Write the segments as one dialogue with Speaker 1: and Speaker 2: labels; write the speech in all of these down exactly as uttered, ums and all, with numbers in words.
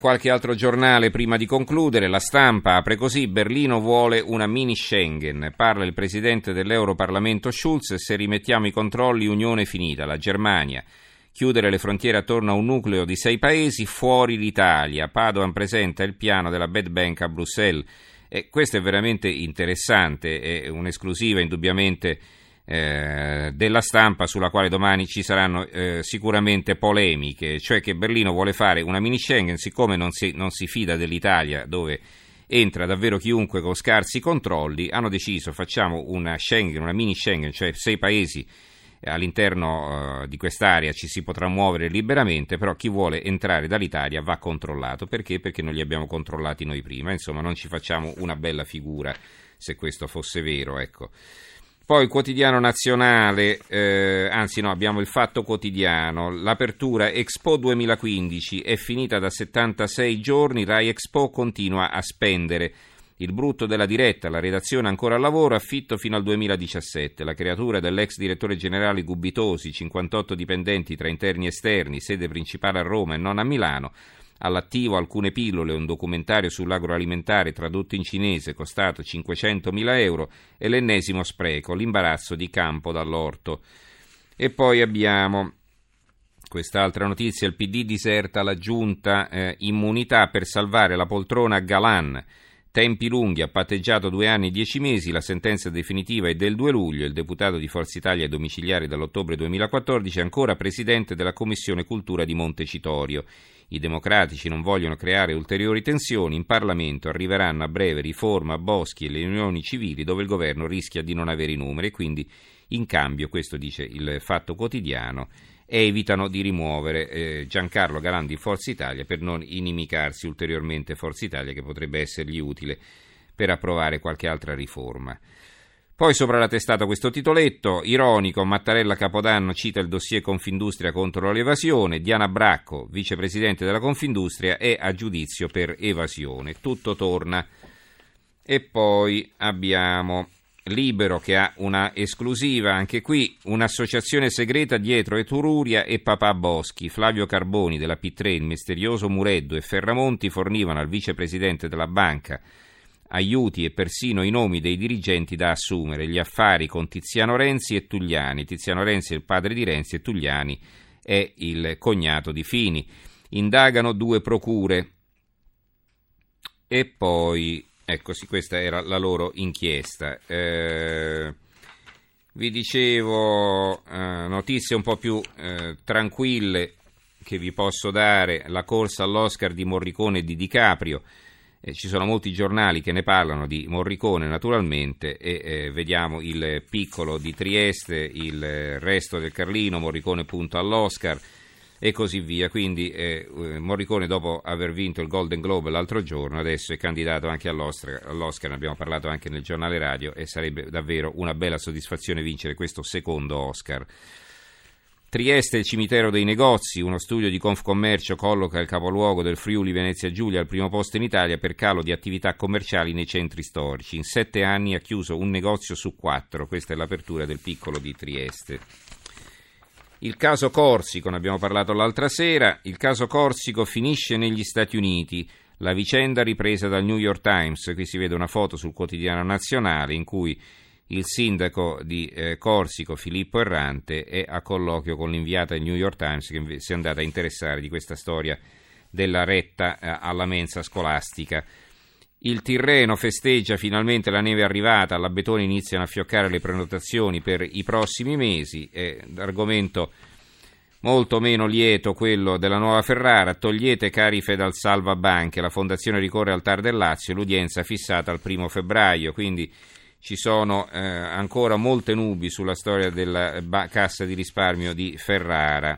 Speaker 1: Qualche altro giornale prima di concludere. La Stampa apre così: Berlino vuole una mini Schengen. Parla il presidente dell'Europarlamento Schulz: se rimettiamo i controlli, unione finita. La Germania: chiudere le frontiere attorno a un nucleo di sei paesi, fuori l'Italia. Padoan presenta il piano della Bad Bank a Bruxelles. E questo è veramente interessante, è un'esclusiva indubbiamente eh, della Stampa, sulla quale domani ci saranno eh, sicuramente polemiche, cioè che Berlino vuole fare una mini Schengen, siccome non si, non si fida dell'Italia, dove entra davvero chiunque con scarsi controlli. Hanno deciso: facciamo una Schengen, una mini Schengen, cioè sei paesi all'interno uh, di quest'area ci si potrà muovere liberamente, però chi vuole entrare dall'Italia va controllato. Perché? Perché non li abbiamo controllati noi prima. Insomma, non ci facciamo una bella figura se questo fosse vero, ecco. Poi il Quotidiano Nazionale, eh, anzi no, abbiamo il Fatto Quotidiano. L'apertura Expo duemilaquindici è finita da settantasei giorni, Rai Expo continua a spendere. Il brutto della diretta, la redazione ancora al lavoro, affitto fino al duemiladiciassette. La creatura dell'ex direttore generale Gubitosi, cinquantotto dipendenti tra interni e esterni, sede principale a Roma e non a Milano. All'attivo alcune pillole, un documentario sull'agroalimentare tradotto in cinese, costato cinquecentomila euro, e l'ennesimo spreco, l'imbarazzo di Campo dall'Orto. E poi abbiamo quest'altra notizia: il P D diserta la giunta, eh, immunità per salvare la poltrona a Galan. Tempi lunghi, ha patteggiato due anni e dieci mesi, la sentenza definitiva è del due luglio, il deputato di Forza Italia ai domiciliari dall'ottobre duemilaquattordici è ancora presidente della Commissione Cultura di Montecitorio. I democratici non vogliono creare ulteriori tensioni, in Parlamento arriveranno a breve riforma Boschi e le unioni civili, dove il governo rischia di non avere i numeri, e quindi in cambio, questo dice il Fatto Quotidiano, evitano di rimuovere eh, Giancarlo Galan di Forza Italia per non inimicarsi ulteriormente Forza Italia, che potrebbe essergli utile per approvare qualche altra riforma. Poi sopra la testata questo titoletto ironico: Mattarella Capodanno cita il dossier Confindustria contro l'evasione, Diana Bracco, vicepresidente della Confindustria, è a giudizio per evasione. Tutto torna. E poi abbiamo Libero, che ha una esclusiva anche qui: un'associazione segreta dietro Etruria e Papà Boschi. Flavio Carboni della P tre, il misterioso Mureddu e Ferramonti fornivano al vicepresidente della banca aiuti e persino i nomi dei dirigenti da assumere. Gli affari con Tiziano Renzi e Tugliani. Tiziano Renzi è il padre di Renzi e Tugliani è il cognato di Fini. Indagano due procure. E poi ecco sì, questa era la loro inchiesta. Eh, vi dicevo eh, notizie un po' più eh, tranquille che vi posso dare: la corsa all'Oscar di Morricone e di DiCaprio. Eh, ci sono molti giornali che ne parlano di Morricone, naturalmente, e eh, vediamo Il Piccolo di Trieste, Il Resto del Carlino, Morricone punta all'Oscar e così via. Quindi eh, Morricone, dopo aver vinto il Golden Globe l'altro giorno, adesso è candidato anche all'Oscar, all'Oscar, ne abbiamo parlato anche nel giornale radio, e sarebbe davvero una bella soddisfazione vincere questo secondo Oscar. Trieste, il cimitero dei negozi. Uno studio di Confcommercio colloca il capoluogo del Friuli Venezia Giulia al primo posto in Italia per calo di attività commerciali nei centri storici. In sette anni ha chiuso un negozio su quattro. Questa è l'apertura del Piccolo di Trieste. Il caso Corsico, ne abbiamo parlato l'altra sera. Il caso Corsico finisce negli Stati Uniti. La vicenda ripresa dal New York Times. Qui si vede una foto sul Quotidiano Nazionale in cui il sindaco di eh, Corsico, Filippo Errante, è a colloquio con l'inviata del New York Times, che si è andata a interessare di questa storia della retta eh, alla mensa scolastica. Il Tirreno festeggia, finalmente la neve è arrivata, all'Abetone iniziano a fioccare le prenotazioni per i prossimi mesi. È argomento molto meno lieto quello della nuova Ferrara. Togliete cari Fedal Salva Banche, la fondazione ricorre al T A R del Lazio, l'udienza fissata al primo febbraio, quindi ci sono eh, ancora molte nubi sulla storia della ba- cassa di risparmio di Ferrara.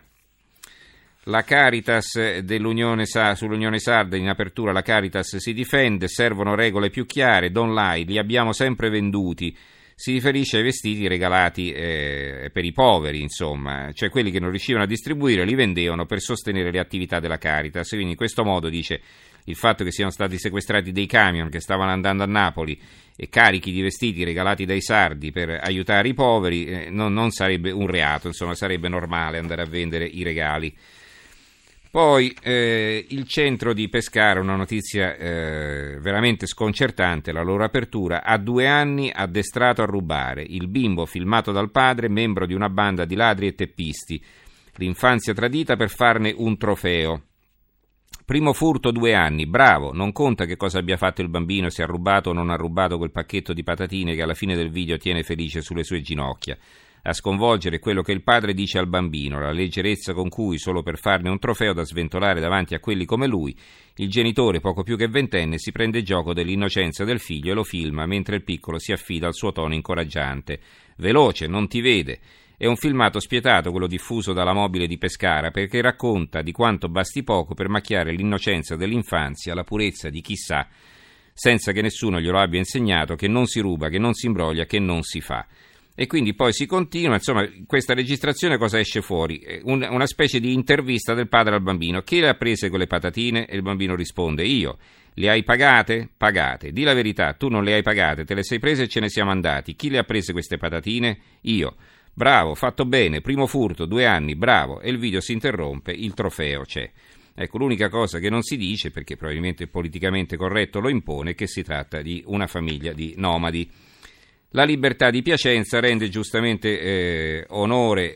Speaker 1: La Caritas dell'Unione Sa- sull'Unione Sarda, in apertura la Caritas si difende: servono regole più chiare, Don Lai, li abbiamo sempre venduti. Si riferisce ai vestiti regalati eh, per i poveri, insomma, cioè quelli che non riuscivano a distribuire li vendevano per sostenere le attività della Caritas. Quindi in questo modo, dice, il fatto che siano stati sequestrati dei camion che stavano andando a Napoli e carichi di vestiti regalati dai sardi per aiutare i poveri eh, non, non sarebbe un reato, insomma sarebbe normale andare a vendere i regali. Poi eh, il centro di Pescara, una notizia eh, veramente sconcertante, la loro apertura, a due anni addestrato a rubare, il bimbo filmato dal padre, membro di una banda di ladri e teppisti, l'infanzia tradita per farne un trofeo. Primo furto, due anni, bravo, non conta che cosa abbia fatto il bambino, se ha rubato o non ha rubato quel pacchetto di patatine che alla fine del video tiene felice sulle sue ginocchia. A sconvolgere quello che il padre dice al bambino, la leggerezza con cui, solo per farne un trofeo da sventolare davanti a quelli come lui, il genitore, poco più che ventenne, si prende gioco dell'innocenza del figlio e lo filma mentre il piccolo si affida al suo tono incoraggiante. Veloce, non ti vede. È un filmato spietato quello diffuso dalla Mobile di Pescara, perché racconta di quanto basti poco per macchiare l'innocenza dell'infanzia, la purezza di chi sa, senza che nessuno glielo abbia insegnato, che non si ruba, che non si imbroglia, che non si fa. E quindi poi si continua, insomma, questa registrazione cosa esce fuori? Un, una specie di intervista del padre al bambino. Chi le ha prese quelle patatine? E il bambino risponde: io. Le hai pagate? Pagate. Di la verità, tu non le hai pagate, te le sei prese e ce ne siamo andati. Chi le ha prese queste patatine? Io. Bravo, fatto bene, primo furto, due anni, bravo. E il video si interrompe, il trofeo c'è. Ecco, l'unica cosa che non si dice, perché probabilmente politicamente corretto lo impone, è che si tratta di una famiglia di nomadi. La Libertà di Piacenza rende giustamente eh, onore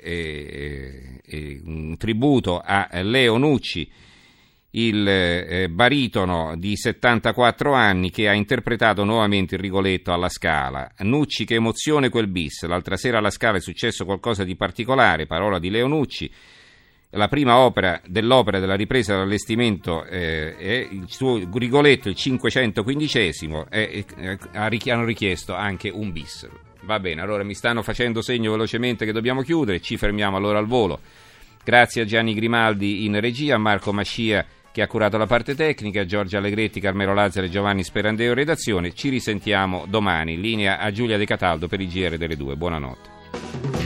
Speaker 1: e, e un tributo a Leo Nucci, il eh, baritono di settantaquattro anni che ha interpretato nuovamente il Rigoletto alla Scala. Nucci, che emozione quel bis, l'altra sera alla Scala è successo qualcosa di particolare, parola di Leo Nucci. La prima opera dell'opera della ripresa dell'allestimento eh, è il suo Rigoletto, il cinquecentoquindicesimo, e eh, hanno richiesto anche un bis. Va bene, allora mi stanno facendo segno velocemente che dobbiamo chiudere, ci fermiamo allora al volo. Grazie a Gianni Grimaldi in regia, a Marco Mascia che ha curato la parte tecnica, a Giorgio Allegretti, Carmelo Lazzaro e Giovanni Sperandeo in redazione. Ci risentiamo domani. Linea a Giulia De Cataldo per i G R delle due. Buonanotte.